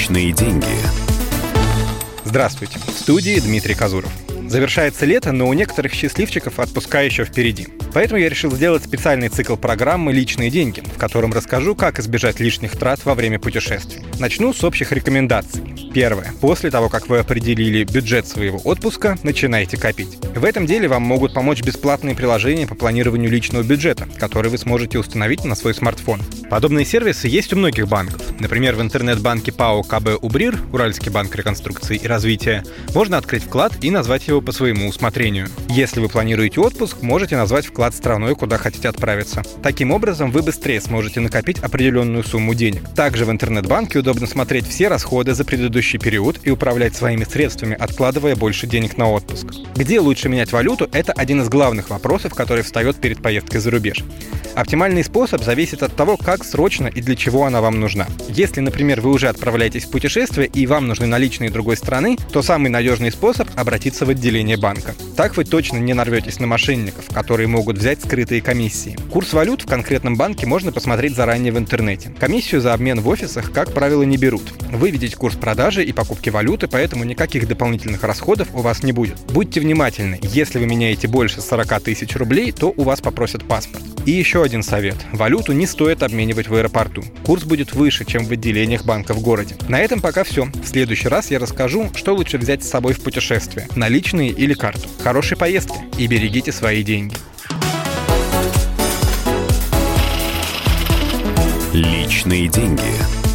Личные деньги. Здравствуйте, в студии Дмитрий Казуров. Завершается лето, но у некоторых счастливчиков отпуска еще впереди. Поэтому я решил сделать специальный цикл программы «Личные деньги», в котором расскажу, как избежать лишних трат во время путешествий. Начну с общих рекомендаций. Первое. После того, как вы определили бюджет своего отпуска, начинайте копить. В этом деле вам могут помочь бесплатные приложения по планированию личного бюджета, которые вы сможете установить на свой смартфон. Подобные сервисы есть у многих банков. Например, в интернет-банке ПАО КБ «Убрир», Уральский банк реконструкции и развития, можно открыть вклад и назвать его по своему усмотрению. Если вы планируете отпуск, можете назвать вклад страной, куда хотите отправиться. Таким образом, вы быстрее сможете накопить определенную сумму денег. Также в интернет-банке удобно смотреть все расходы за предыдущий период и управлять своими средствами, откладывая больше денег на отпуск. Где лучше менять валюту – это один из главных вопросов, который встает перед поездкой за рубеж. Оптимальный способ зависит от того, как срочно и для чего она вам нужна. Если, например, вы уже отправляетесь в путешествие и вам нужны наличные другой страны, то самый надежный способ – обратиться в отделение банка. Так вы точно не нарветесь на мошенников, которые могут взять скрытые комиссии. Курс валют в конкретном банке можно посмотреть заранее в интернете. Комиссию за обмен в офисах, как правило, не берут. Вы видите курс продажи и покупки валюты, поэтому никаких дополнительных расходов у вас не будет. Будьте внимательны, если вы меняете больше 40 тысяч рублей, то у вас попросят паспорт. И еще один совет. Валюту не стоит обменивать в аэропорту. Курс будет выше, чем в отделениях банка в городе. На этом пока все. В следующий раз я расскажу, что лучше взять с собой в путешествие – наличные или карту. Хорошей поездки и берегите свои деньги. Личные деньги.